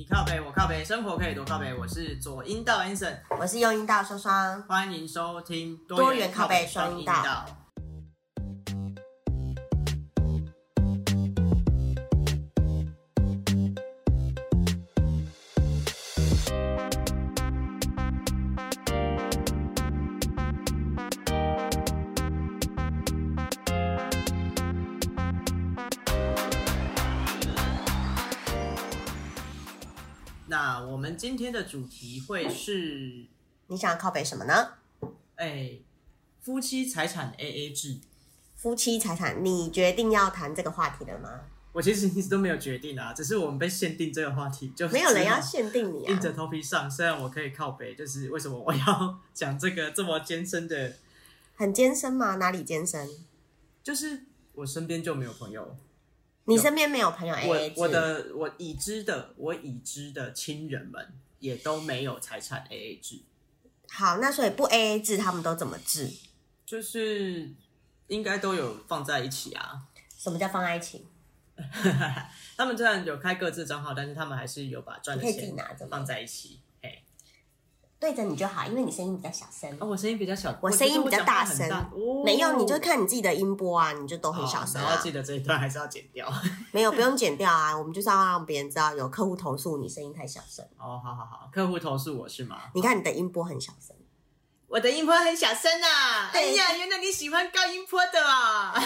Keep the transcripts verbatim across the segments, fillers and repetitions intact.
靠北，我靠北，生活可以多靠北。我是左阴道 Anson， 我是右阴道双双， 欢迎收听多元靠北双阴道。 那我们今天的主题会是， 你想要靠北什么呢？ 哎，夫妻财产 A A 制。 夫妻财产，你决定要谈这个话题了吗？ 我其实一直都没有决定啊，只是我们被限定这个话题，就没有人要限定你啊。 硬着头皮上，虽然我可以靠北，就是为什么我要讲这个这么艰深的？ 很艰深吗？哪里艰深？ 就是我身边就没有朋友。 你身边没有朋友 A A 制？ 我我的我已知的我已知的亲人们也都没有财产 A A 制。 好，那所以不 A A 制，他们都怎么制？ 就是应该都有放在一起啊。 什么叫放在一起？ 他们虽然有开各自账号，但是他们还是有把赚的钱放在一起。 对着你就好，因为你声音比较小声。 哦，我声音比较小， 我声音比较大声。 大哦、 没有，你就看你自己的音波啊，你就都很小声、啊。 然后记得这一段还是要剪掉。 没有，不用剪掉啊，我们就是要让别人知道有客户投诉你声音太小声。 哦，好好好，客户投诉我是吗？ 你看你的音波很小声。 我的音波很小声啊！哎呀，原来你喜欢高音波的啊！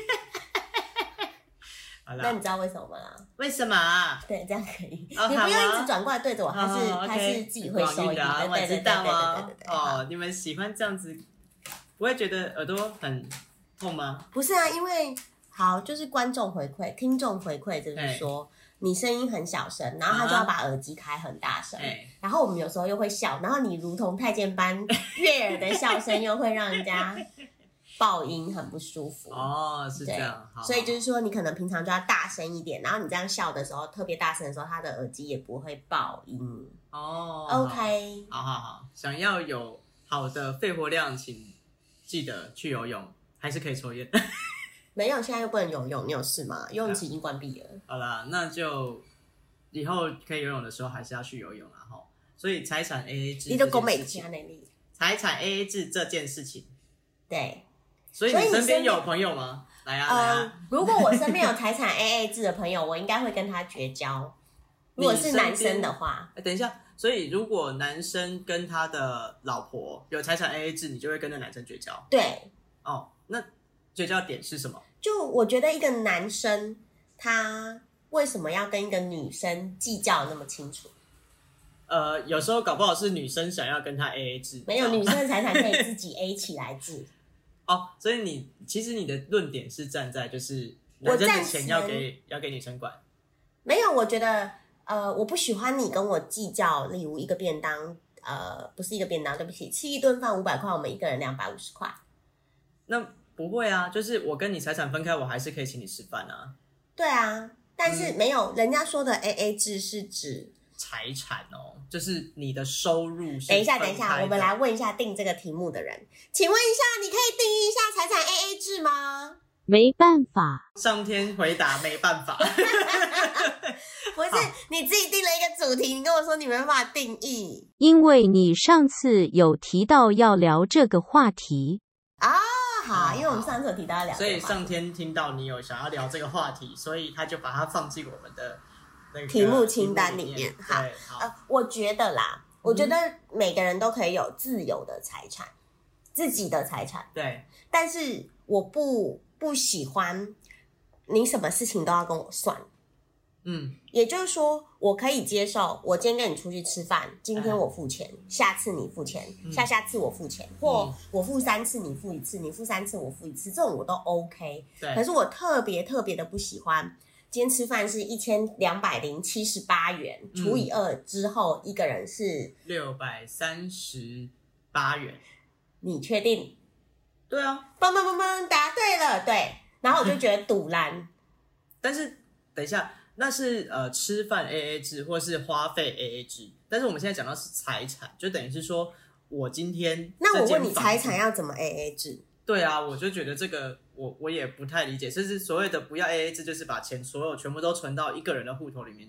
那你知道为什么吗？ 为什么啊？ 对，这样可以。 哦、 你不用一直转过来对着我，他是、 哦、 他是自己会收音的。 我知道吗？ 对对对对对。 哦，你们喜欢这样子，不会觉得耳朵很痛吗？ 不是啊，因为好就是观众回馈、听众回馈，就是说你声音很小声，然后他就要把耳机开很大声，然后我们有时候又会笑，然后你如同太监般悦耳的笑声，又会让人家爆音很不舒服哦，是这样，好好， 所以就是说你可能平常就要大声一点，然后你这样笑的时候特别大声的时候，他的耳机也不会爆音哦。 OK， 好好好，想要有好的肺活量，请记得去游泳，还是可以抽烟。 没有，现在又不能游泳，你有事吗？游泳池已经关闭了。 好啦，那就以后可以游泳的时候还是要去游泳啦齁。所以财产 A A 制， 你都讲美听能力。 财产 A A 制这件事情， 对。 所以你身边有朋友吗？来啊，来啊、 呃！如果我身边有财产 A A 制的朋友，我应该会跟他绝交。如果是男生的话， 欸、等一下，所以如果男生跟他的老婆有财产 A A 制，你就会跟那男生绝交？ 对。 哦，那绝交点是什么？ 就我觉得一个男生他为什么要跟一个女生计较那么清楚？ 呃，有时候搞不好是女生想要跟他 A A 制， 没有，女生的财产可以自己 A 起来制。 哦，所以你其实你的论点是站在就是男生的钱要给要给女生管。 没有，我觉得呃，我不喜欢你跟我计较，例如一个便当，呃，不是一个便当，对不起，吃一顿饭五百块，我们一个人两百五十块。 那不会啊，就是我跟你财产分开，我还是可以请你吃饭啊。 对啊，但是没有、嗯、人家说的 A A 制是指财产哦，就是你的收入是。 等一下，等一下，我们来问一下定这个题目的人，请问一下，你可以定义一下财产 A A 制吗？ 没办法， 上天回答没办法。 不是你自己定了一个主题，你跟我说你没办法定义， 因为你上次有提到要聊这个话题啊。好，因为我们上次有提到要聊这个话题， 所以上天听到你有想要聊这个话题，所以他就把它放进我们的那个题目清单里面。好， 好呃，我觉得啦，我觉得每个人都可以有自有的财产，嗯、自己的财产。 对， 但是我不不喜欢你什么事情都要跟我算。嗯，也就是说，我可以接受，我今天跟你出去吃饭，今天我付钱，哎、下次你付钱，嗯、下下次我付钱，或我付三次你付一次，你付三次我付一次，这种我都 OK。对，可是我特别特别的不喜欢，今天吃饭是一千两百零七十八元，嗯、除以二之后，一个人是六百三十八元。 你确定？ 对啊， 棒棒棒棒，答对了，对。然后我就觉得赌烂。 但是等一下。那是呃吃饭 A A 制或是花费 A A 制，但是我们现在讲到是财产，就等于是说我今天那我问你财产要怎么 A A 制？ 对啊，我就觉得这个我我也不太理解，甚至所谓的不要 A A 制，就是把钱所有全部都存到一个人的户头里面去。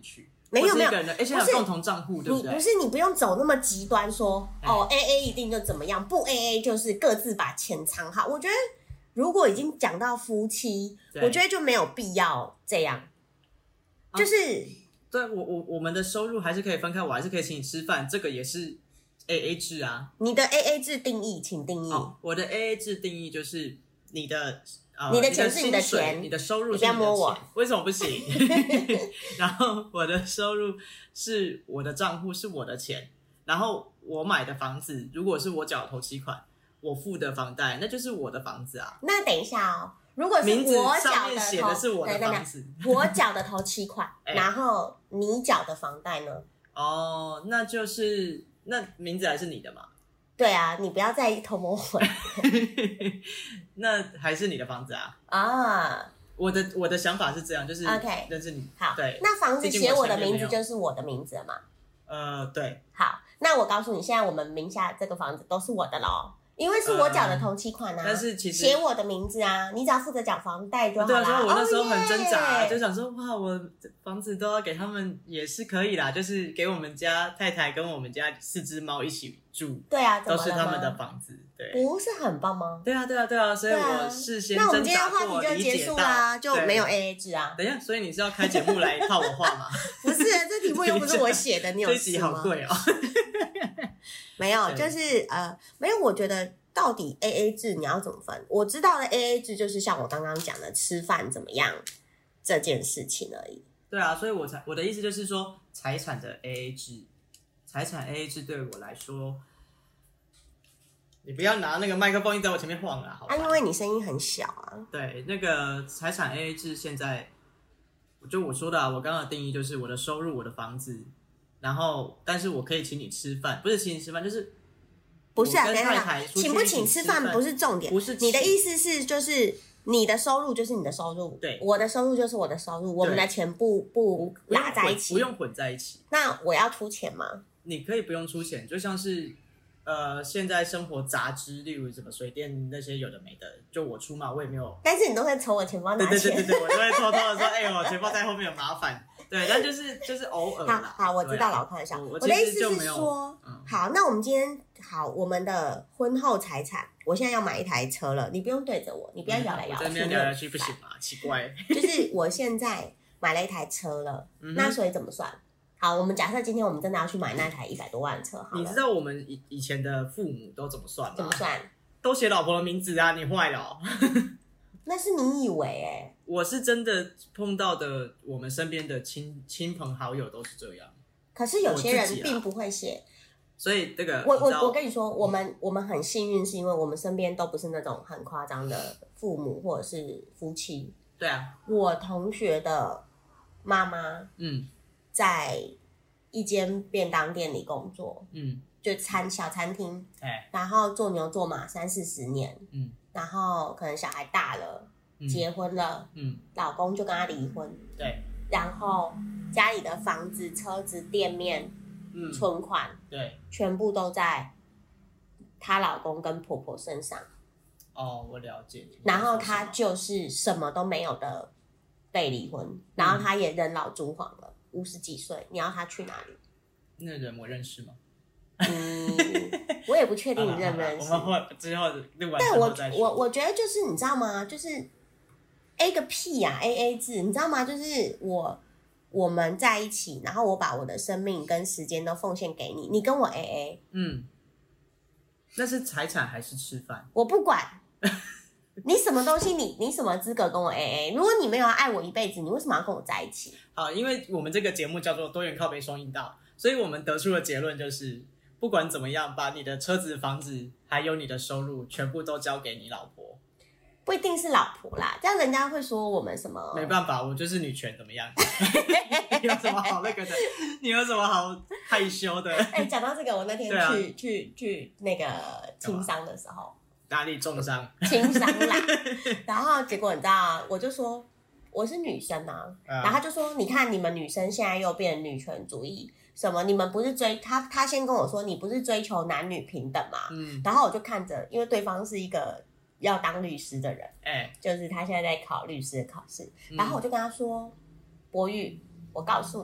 没有没有， 而且有共同账户，对不对？ 你不是你不用走那么极端说，哦 A A 一定就怎么样，不 A A 就是各自把钱藏好。我觉得如果已经讲到夫妻，我觉得就没有必要这样，啊、就是对我我我们的收入还是可以分开，我还是可以请你吃饭，这个也是 A A 制啊。 你的 A A 制定义，请定义。 哦、我的 A A 制定义就是你的。呃、 你的钱是你的钱， 你的收入是你的钱， 你不要摸我， 为什么不行？然后我的收入是我的账户是我的钱，然后我买的房子，如果是我缴头期款，我付的房贷，那就是我的房子啊。 那等一下哦，如果是我缴的写的是我的房子， 我缴的头期款，欸、然后你缴的房贷呢？ 哦，那就是那名字还是你的嘛？ 对啊，你不要再偷摸我。 那还是你的房子啊？ 啊， 我的我的想法是这样，就是 OK， 那是你好， 对。 那房子写我的名字就是我的名字了嘛？ 呃，对。 好，那我告诉你，现在我们名下这个房子都是我的咯。因为是我缴的头期款啊， 呃、但是其实写我的名字啊，你只要负责缴房贷就好啦。 对啊，所以我那时候很挣扎、 哦， 就想说哇，我房子都要给他们也是可以啦，就是给我们家太太跟我们家四只猫一起住。 对啊， 都是他们的房子，对， 不是很棒吗？ 对啊，对啊，对啊，所以我事先挣扎过， 那我们今天的话题就结束啦，就没有 A A 制啊。 等一下，所以你是要开节目来套我话吗？ 不是，这题目又不是我写的，你有事吗？ 这集好贵哦。 没有，就是呃，没有，我觉得。到底 A A 制你要怎么分？我知道的 A A 制就是像我刚刚讲的吃饭怎么样这件事情而已。 对啊，所以我才我的意思就是说，财产的 A A 制，财产 A A 制对我来说，你不要拿那个麦克风一直在我前面晃啊，好吧？ 啊，因为你声音很小啊。 对，那个财产 A A 制现在，就我说的啊，我刚刚的定义就是我的收入，我的房子，然后但是我可以请你吃饭，不是请你吃饭，就是。 不是啊，等一下，请不请吃饭不是重点， 不是你的意思是就是你的收入就是你的收入， 对， 我的收入就是我的收入，我们的钱不不拉在一起， 不用混在一起。 那我要出钱吗？ 你可以不用出钱，就像是呃现在生活杂支，例如什么水电那些有的没的，就我出嘛，我也没有。 但是你都会从我钱包拿钱， 对对对对对，我都会偷偷的说，哎、欸，我钱包在后面有麻烦。对，但就是就是偶尔啦。 好，好，我知道了，我开玩笑。我的意思是说，嗯、好，那我们今天好，我们的婚后财产，我现在要买一台车了，你不用对着我，你不要摇来摇去， 嗯、我这边摇来去不行吗？奇怪。 就是我现在买了一台车了，嗯、那所以怎么算？好，我们假设今天我们真的要去买那台一百多万的车，好了， 你知道我们以以前的父母都怎么算吗？ 怎么算？ 都写老婆的名字啊！你坏了、哦。 那是你以为哎、欸， 我是真的碰到的，我们身边的亲亲朋好友都是这样。 可是有些人并不会写， 所以这个我我我跟你说，我们我们很幸运，是因为我们身边都不是那种很夸张的父母或者是夫妻。 对啊， 我同学的妈妈，嗯，在一间便当店里工作，嗯，就餐小餐厅，哎，然后做牛做马三四十年，嗯。然后可能小孩大了，嗯、结婚了，嗯，老公就跟他离婚， 对， 然后家里的房子、车子、店面、嗯、存款， 对， 全部都在她老公跟婆婆身上。 哦，我了解。 然后她就是什么都没有的被离婚，嗯、然后她也人老珠黄了，五十几岁，你要她去哪里？ 那人我认识吗？ 嗯，我也不确定你认不认识。 我们会之后录完之后再说。 但我我我觉得就是你知道吗？就是 A 个屁呀、啊、，A A 制，你知道吗？就是我我们在一起，然后我把我的生命跟时间都奉献给你，你跟我 A A， 嗯，那是财产还是吃饭？ 我不管，你什么东西你，你你什么资格跟我 A A？ 如果你没有要爱我一辈子，你为什么要跟我在一起？ 好，因为我们这个节目叫做多元靠北双引导，所以我们得出的结论就是。不管怎么样，把你的车子、房子，还有你的收入，全部都交给你老婆。 不一定是老婆啦，这样人家会说我们什么？ 没办法，我就是女权，怎么样？你有什么好那个的？你有什么好害羞的？ 哎、欸，讲到这个，我那天去、啊、去去那个轻商的时候， 哪里重伤？ 轻商啦。然后结果你知道，我就说我是女生啊，嗯、然后他就说，你看你们女生现在又变女权主义。什么？你们不是追他？他先跟我说，你不是追求男女平等吗？嗯，然后我就看着，因为对方是一个要当律师的人，哎、欸，就是他现在在考律师的考试，嗯、然后我就跟他说：“博玉，我告诉你，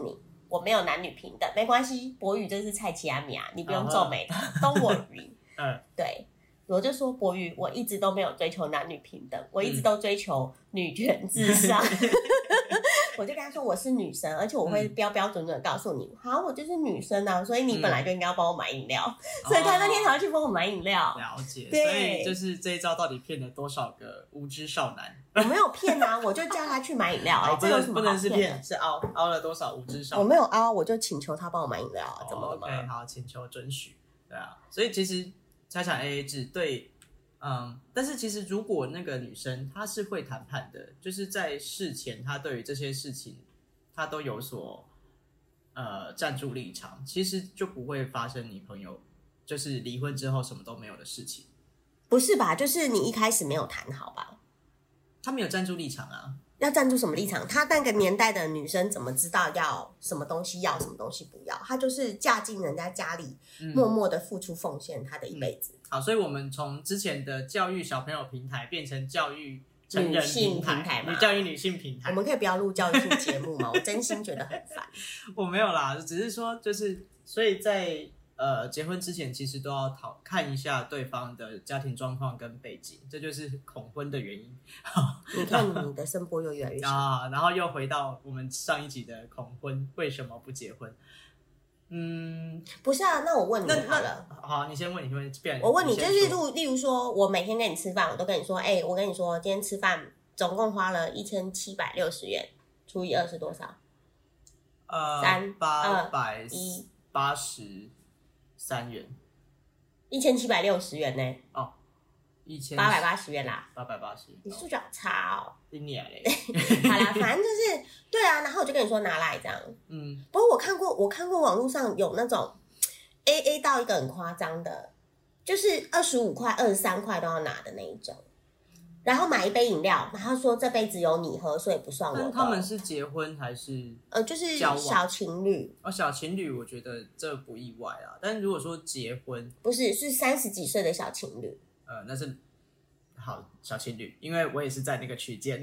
我没有男女平等，没关系，博宇这是蔡奇阿米啊，你不用皱眉头、uh huh. ，Don't worry。嗯，对，我就说博宇，我一直都没有追求男女平等，我一直都追求女权至上。嗯我就跟他说我是女生，而且我会标标准准的告诉你，好、嗯，我就是女生啊，所以你本来就应该要帮我买饮料，嗯、所以他那天才要去帮我买饮料。 了解，所以就是这一招到底骗了多少个无知少男？ 我没有骗啊，我就叫他去买饮料、欸， 不能不能是骗，是凹凹了多少无知少男？ 我没有凹，我就请求他帮我买饮料、啊，怎么了吗？ OK， 好，请求准许，对啊，所以其实财产 A A 制对。嗯，但是其实如果那个女生她是会谈判的，就是在事前她对于这些事情她都有所呃站住立场，其实就不会发生你朋友就是离婚之后什么都没有的事情。 不是吧？就是你一开始没有谈好吧？ 她没有站住立场啊。 要站住什么立场？她那个年代的女生怎么知道要什么东西要什么东西不要？她就是嫁进人家家里，嗯、默默的付出奉献她的一辈子。 嗯、好，所以我们从之前的教育小朋友平台变成教育成人平台， 平台嘛， 教育女性平台。 我们可以不要录教育性节目吗？我真心觉得很烦。 我没有啦，只是说就是所以在。呃，结婚之前其实都要讨看一下对方的家庭状况跟背景，这就是恐婚的原因。 你看你的声波又越来越小啊，然后又回到我们上一集的恐婚，为什么不结婚？嗯， 不是啊，那我问你好了。 好，你先问，你先问。 我问你，就是例如例如说，我每天跟你吃饭，我都跟你说，哎、欸，我跟你说，今天吃饭总共花了一千七百六十元，除以二是多少？ 呃，三八百一八十。三元， 一千七百六十元呢？ 哦，一千八百八十元啦， 八百八十。 你数学好差哦！ 你来嘞。 好啦，反正就是对啊，然后我就跟你说拿来这样。嗯，不过我看过，我看过网络上有那种 A A 到一个很夸张的，就是二十五块、二十三块都要拿的那一种。然后买一杯饮料，然后说这辈子有你喝，所以不算我的。 他们是结婚还是呃，就是小情侣哦，小情侣，我觉得这不意外啊。但是如果说结婚， 不是是三十几岁的小情侣， 呃，那是好小情侣，因为我也是在那个区间，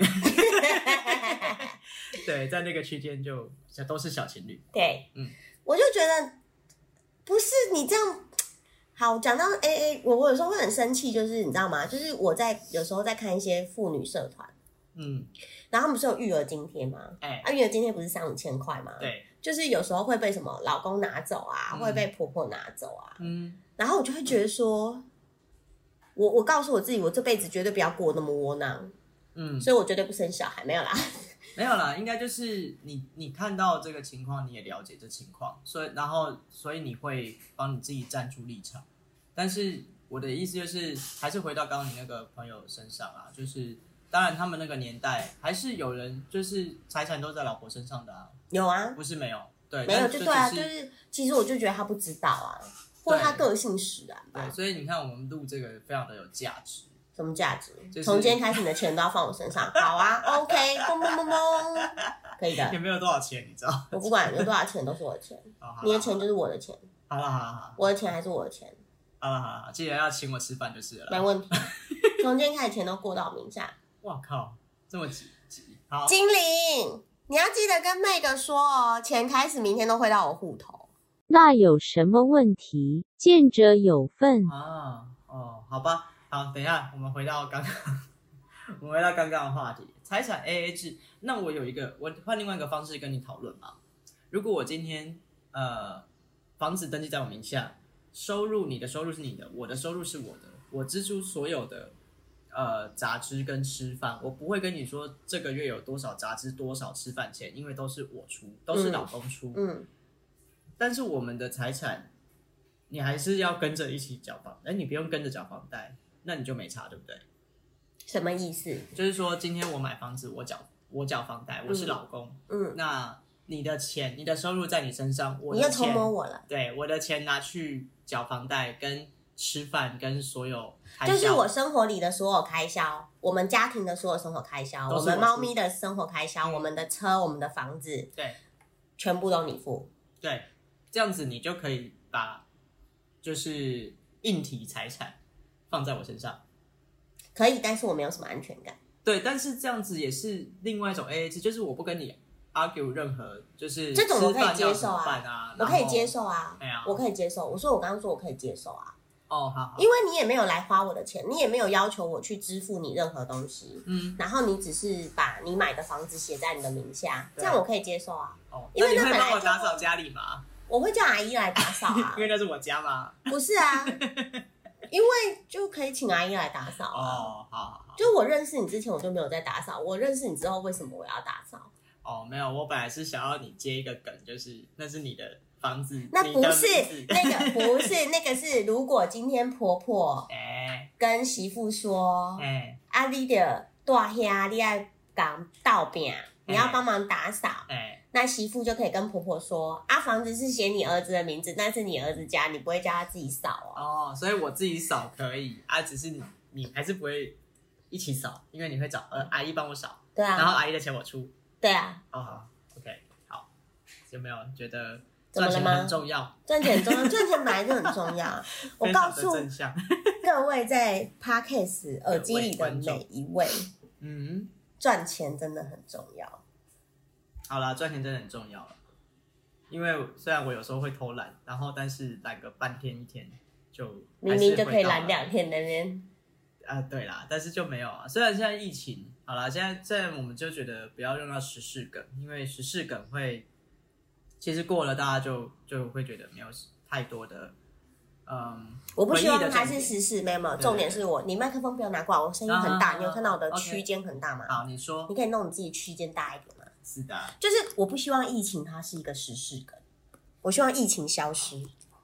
对，在那个区间就都是小情侣。 对，嗯，我就觉得不是你这样。好，讲到 A A， 我我有时候会很生气，就是你知道吗？就是我在有时候在看一些妇女社团，嗯，然后他们不是有育儿津贴吗？哎、欸，啊，育儿津贴不是三五千块吗？ 对， 就是有时候会被什么老公拿走啊，嗯、会被婆婆拿走啊，嗯，然后我就会觉得说，我我告诉我自己，我这辈子绝对不要过那么窝囊，嗯，所以我绝对不生小孩，没有啦。 没有啦，应该就是你你看到这个情况，你也了解这情况，所以然后所以你会帮你自己站住立场。但是我的意思就是，还是回到刚刚你那个朋友身上啊，就是当然他们那个年代还是有人就是财产都在老婆身上的啊， 有啊， 不是没有，对， 没有就对啊，就是其实我就觉得他不知道啊，或他个性使然吧。 对，所以你看我们录这个非常的有价值。 什么价值？从、就是、今天开始，你的钱都要放我身上。好啊 ，OK， 嘣嘣嘣嘣，可以的。 也没有多少钱，你知道？ 我不管有多少钱，都是我的钱。 好你的钱就是我的钱。 好了好了好了， 我的钱还是我的钱。 好了好了，记得要请我吃饭就是了。 没问题，从今天开始钱都过到我名下。 哇靠，这么急急！好， 精灵，你要记得跟妹哥说哦，钱开始明天都汇到我户头。 那有什么问题？见者有份啊。哦，好吧。好，等一下，我们回到刚刚，我们回到刚刚的话题，财产 A A 制。那我有一个，我换另外一个方式跟你讨论嘛。如果我今天呃房子登记在我名下，收入你的收入是你的，我的收入是我的，我支出所有的呃杂支跟吃饭，我不会跟你说这个月有多少杂支多少吃饭钱，因为都是我出，都是老公出。嗯。嗯但是我们的财产，你还是要跟着一起缴房，哎，你不用跟着缴房贷。那你就没差，对不对？ 什么意思？ 就是说，今天我买房子，我缴我缴房贷，我是老公，嗯，嗯那你的钱，你的收入在你身上，我的钱， 你又偷摸我了， 对，我的钱拿去缴房贷、跟吃饭、跟所有开销，就是我生活里的所有开销，我们家庭的所有生活开销，我, 我们猫咪的生活开销，嗯、我们的车、我们的房子， 对， 全部都你付， 对，这样子你就可以把就是硬体财产放在我身上， 可以，但是我没有什么安全感。 对，但是这样子也是另外一种 A A 制，就是我不跟你 argue 任何就是这种我可以接受啊， 啊，我可以接受啊，哎呀，我可以接受。我说我刚刚说我可以接受啊。 哦，好好， 因为你也没有来花我的钱，你也没有要求我去支付你任何东西，嗯，然后你只是把你买的房子写在你的名下，这样我可以接受啊。 哦，因为那你会帮我打扫家里吗？ 我会叫阿姨来打扫啊， 因为那是我家嘛。 不是啊，因为就可以请阿姨来打扫啊。 哦，好好好。 就我认识你之前我就没有在打扫，我认识你之后为什么我要打扫？ 哦，没有，我本来是想要你接一个梗，就是那是你的房子， 那不是那个不是那个是，如果今天婆婆跟媳妇说，哎、欸，啊你的大兄你要讲倒饼，你要帮忙打扫，哎、欸，那媳妇就可以跟婆婆说，啊房子是写你儿子的名字，那是你儿子家，你不会叫他自己扫哦。哦，所以我自己扫可以啊，只是你你还是不会一起扫，因为你会找呃阿姨帮我扫， 对啊， 然后阿姨的钱我出， 对啊。 哦好 ，OK， 好，有没有觉得？赚钱很重要， 赚钱很重要，赚钱本来就很重要。我告诉各位在 Podcast 耳机里的每一位，嗯，赚钱真的很重要。 好啦，赚钱真的很重要了。因为虽然我有时候会偷懒，然后但是懒个半天一天就明明就可以懒两天那边。 啊、呃，对啦，但是就没有啊。虽然现在疫情，好啦，现在现在我们就觉得不要用到时事梗，因为时事梗会。其实过了，大家就就会觉得没有太多的，嗯， 我不希望它是时事，没有没有，重点是我，你麦克风不要拿过来，我声音很大，啊、你有看到我的区间很大吗？ 好，你说， 你可以弄你自己区间大一点吗？ 是的， 就是我不希望疫情它是一个时事梗，我希望疫情消失。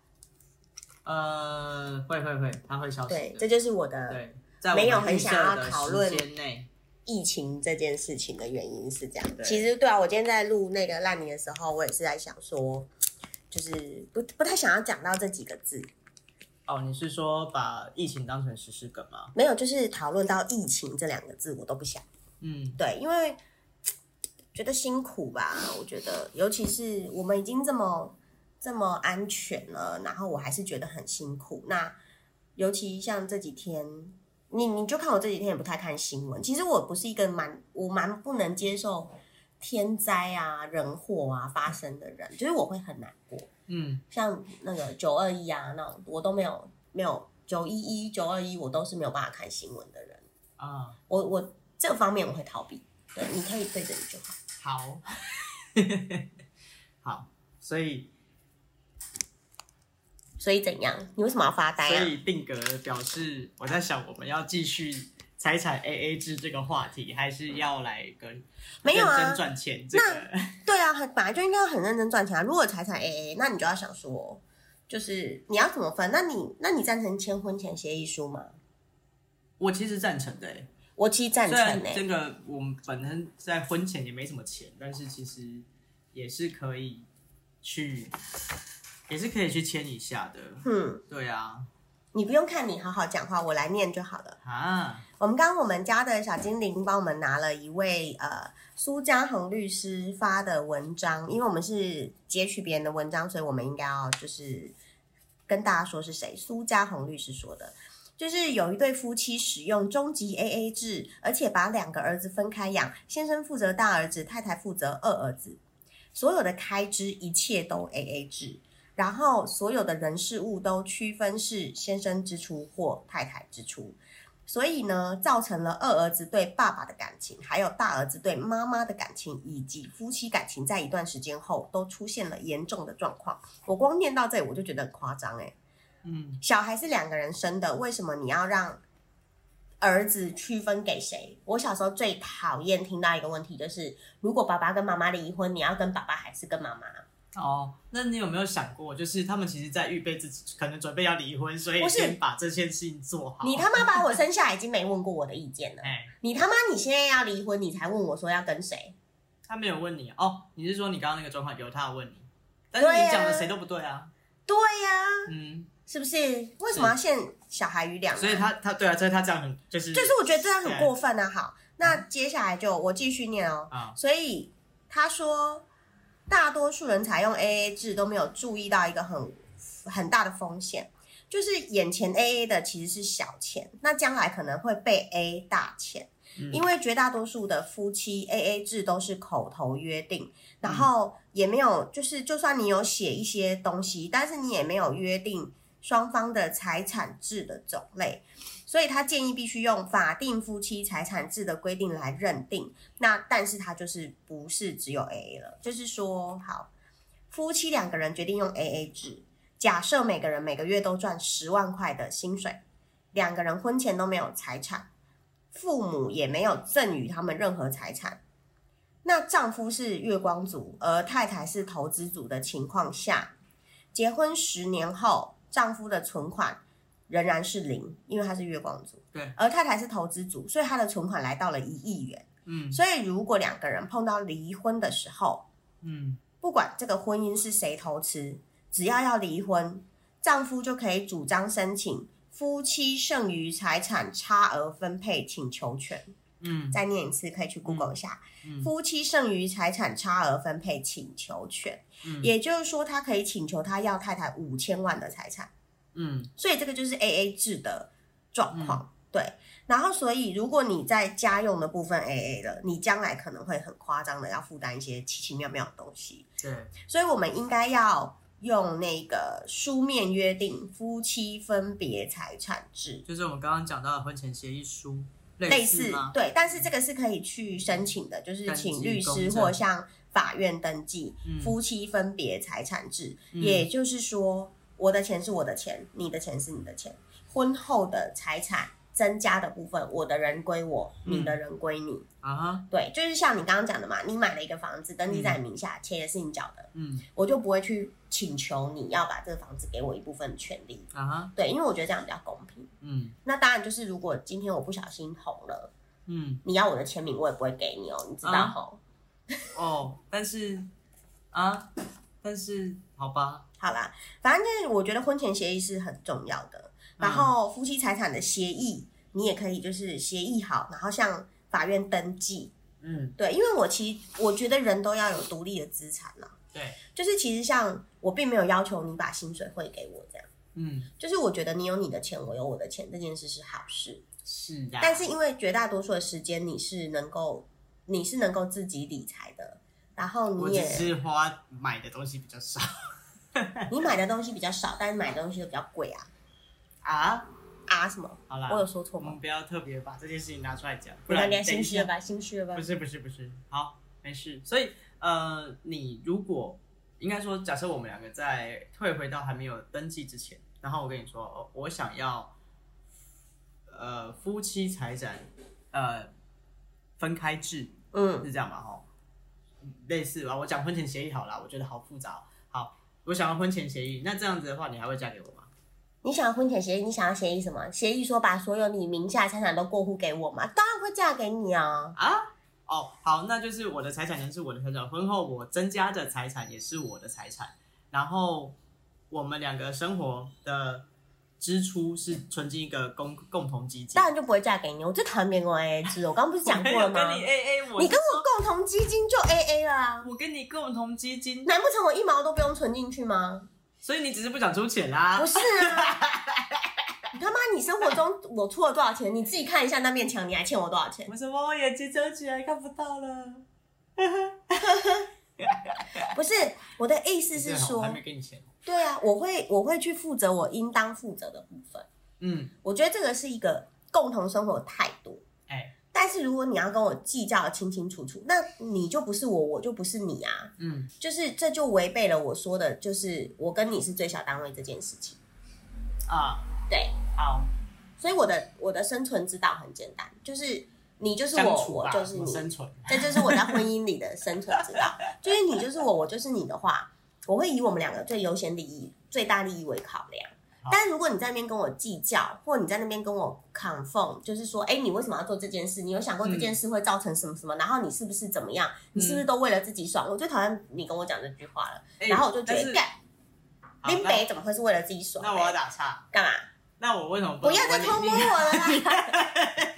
呃，会会会，它会消失。 对，这就是我的， 对，在没有很想要讨论内。 疫情这件事情的原因是这样，其实对啊，我今天在录那个烂泥的时候，我也是在想说，就是不不太想要讲到这几个字。 哦，你是说把疫情当成时事梗吗？ 没有，就是讨论到疫情这两个字，我都不想。嗯，对，因为觉得辛苦吧，我觉得，尤其是我们已经这么这么安全了，然后我还是觉得很辛苦。那尤其像这几天。你你就看我这几天也不太看新闻，其实我不是一个蛮我蛮不能接受天灾啊、人祸啊发生的人，就是我会很难过。嗯，像那个九二一啊那种，我都没有没有九一一、九二一，我都是没有办法看新闻的人啊。我我这方面我会逃避，对，你可以对着你就好。 好，好，所以。 所以怎样？你为什么要发呆啊？ 所以定格表示我在想，我们要继续财产 A A 制这个话题，还是要来跟没有啊认真赚钱、这个？ 那对啊，本来就应该要很认真赚钱啊。如果财产 A A， 那你就要想说，就是你要怎么分？那你那你赞成签婚前协议书吗？ 我其实赞成的、欸， 我其实赞成的、欸。 这个我们本身在婚前也没什么钱，但是其实也是可以去。也是可以去签一下的，嗯，对啊， 你不用看你好好讲话，我来念就好了啊。我们刚刚我们家的小精灵帮我们拿了一位呃苏嘉恒律师发的文章，因为我们是截取别人的文章，所以我们应该要就是跟大家说是谁。苏嘉恒律师说的，就是有一对夫妻使用终极 A A 制，而且把两个儿子分开养，先生负责大儿子，太太负责二儿子，所有的开支一切都 A A 制。然后所有的人事物都区分是先生支出或太太支出，所以呢，造成了二儿子对爸爸的感情，还有大儿子对妈妈的感情，以及夫妻感情在一段时间后都出现了严重的状况。我光念到这里我就觉得很夸张哎，嗯，小孩是两个人生的，为什么你要让儿子区分给谁？我小时候最讨厌听到一个问题就是，如果爸爸跟妈妈离婚，你要跟爸爸还是跟妈妈？ 哦，那你有没有想过，就是他们其实在预备自己，可能准备要离婚，所以先把这件事情做好。 你他妈把我生下来已经没问过我的意见了，欸、你他妈你现在要离婚，你才问我说要跟谁？ 他没有问你哦，你是说你刚刚那个状况由他问你，但是你讲的谁都不对啊。 对呀、啊，嗯，是不是？为什么要限小孩于两难？ 所以他他对啊，所以他这样很就是就是我觉得这样很过分啊。好，那接下来就我继续念哦。啊、所以他说。大多数人采用 A A 制都没有注意到一个很很大的风险，就是眼前 A A 的其实是小钱，那将来可能会被 A 大钱。 嗯、因为绝大多数的夫妻 A A 制都是口头约定，然后也没有就是就算你有写一些东西，但是你也没有约定双方的财产制的种类，所以他建议必须用法定夫妻财产制的规定来认定。那但是他就是不是只有 A A 了，就是说好，夫妻两个人决定用 A A 制，假设每个人每个月都赚十万块的薪水，两个人婚前都没有财产，父母也没有赠与他们任何财产，那丈夫是月光族，而太太是投资族的情况下，结婚十年后，丈夫的存款仍然是零，因为他是月光族， 对， 而太太是投资族，所以他的存款来到了一亿元。嗯，所以如果两个人碰到离婚的时候，嗯，不管这个婚姻是谁投资，只要要离婚，丈夫就可以主张申请夫妻剩余财产差额分配请求权。嗯，再念一次，可以去 Google 一下、嗯、夫妻剩余财产差额分配请求权、嗯、也就是说他可以请求他要太太五千万的财产。嗯，所以这个就是 A A 制的状况、嗯、对。然后所以如果你在家用的部分 A A 了，你将来可能会很夸张的要负担一些奇奇妙妙的东西。 对， 所以我们应该要用那个书面约定夫妻分别财产制， 就是我们刚刚讲到的婚前协议书类似吗？对，但是这个是可以去申请的，就是请律师或向法院登记、嗯、夫妻分别财产制、嗯、也就是说我的钱是我的钱，你的钱是你的钱，婚后的财产增加的部分，我的人归我、嗯、你的人归你啊。对，就是像你刚刚讲的嘛，你买了一个房子登记在你名下、嗯、钱也是你缴的，嗯，我就不会去请求你要把这个房子给我一部分权利啊。对，因为我觉得这样比较公平。嗯，那当然就是如果今天我不小心红了，嗯，你要我的签名我也不会给你哦，你知道吼、 啊、哦，但是啊，但是好吧， 好啦，反正就是我觉得婚前协议是很重要的。然后夫妻财产的协议你也可以就是协议好，然后向法院登记。嗯，对，因为我其实我觉得人都要有独立的资产啦。 对， 就是其实像我并没有要求你把薪水汇给我这样。嗯，就是我觉得你有你的钱，我有我的钱，这件事是好事。 是的。 但是因为绝大多数的时间你是能够你是能够自己理财的，然后你也我只是花买的东西比较少。 你买的东西比较少，但是买的东西都比较贵啊。啊啊什么？ 好啦， 我有说错吗？ 我们不要特别把这件事情拿出来讲， 不然你心虚了吧？心虚了吧？ 不是不是不是，好，没事。所以呃，你如果应该说，假设我们两个在退回到还没有登记之前，然后我跟你说，哦、我想要呃夫妻财产呃分开制，嗯，是这样吧？哈，类似吧。我讲婚前协议好啦，我觉得好复杂。好，我想要婚前协议，那这样子的话，你还会嫁给我吗？ 你想要婚前协议，你想要协议什么？协议说把所有你名下财产都过户给我吗？当然会嫁给你啊！ 啊，哦，好，那就是我的财产人是我的财产，婚后我增加的财产也是我的财产，然后我们两个生活的支出是存进一个共共同基金， 当然就不会嫁给你。我最讨厌别人跟我 A A 制，我刚刚不是讲过了吗？ 我跟你 A A， 我你跟我共同基金就 A A 啦。 我跟你共同基金， 难不成我一毛都不用存进去吗？ 所以你只是不想出钱啦？ 不是啊，你他妈，你生活中我出了多少钱？你自己看一下那面墙，你还欠我多少钱？ 为什么我眼睛遮起来看不到了？ 不是，我的意思是说， 我还没给你钱。 对啊，我会我会去负责我应当负责的部分。嗯，我觉得这个是一个共同生活的态度。哎。但是如果你要跟我计较的清清楚楚，那你就不是我，我就不是你啊。嗯，就是这就违背了我说的，就是我跟你是最小单位这件事情。啊，对，好。所以我的我的生存之道很简单，就是你就是我，我就是你， 生存。 这就是我在婚姻里的生存之道。就是你就是我，我就是你的话，我会以我们两个最优先利益、最大利益为考量。但是如果你在那边跟我计较，或你在那边跟我 confirm， 就是说，哎，你为什么要做这件事？你有想过这件事会造成什么什么？嗯、然后你是不是怎么样？你是不是都为了自己爽？嗯、我最讨厌你跟我讲这句话了。然后我就觉得，干，林北怎么会是为了自己爽？ 那我要打岔， 干嘛？ 那我为什么不不要再偷摸我了啦？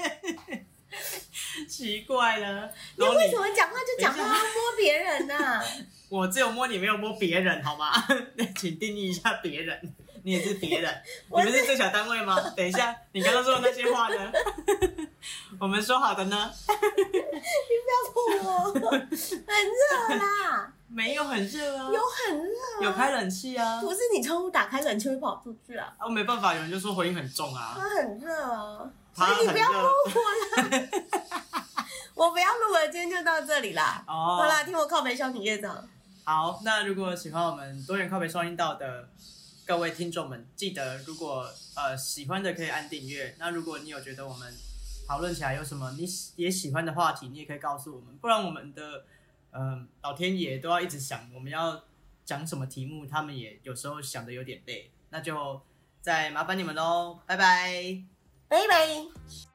奇怪了， 你为什么讲话就讲话要摸别人呢、啊？ 我只有摸你，没有摸别人，好吗？请定义一下别人。你也是别人，你们是最小单位吗？等一下，你刚刚说的那些话呢？ 我们说好的呢？ 你不要碰我，很热啦。 没有很热啊， 有很热、啊， 有开冷气啊。 不是你窗户打开，冷气会跑出去啊。 啊，没办法，有人就说回音很重啊。 它很热啊， 所以你不要录我啦。我不要录了，今天就到这里啦。哦，好啦，听我靠北小品业长。 好，那如果喜欢我们多元靠北双音道的各位听众们，记得如果呃喜欢的可以按订阅。那如果你有觉得我们讨论起来有什么你也喜欢的话题，你也可以告诉我们，不然我们的呃老天爷都要一直想我们要讲什么题目，他们也有时候想的有点累，那就再麻烦你们喽，拜拜， 拜拜。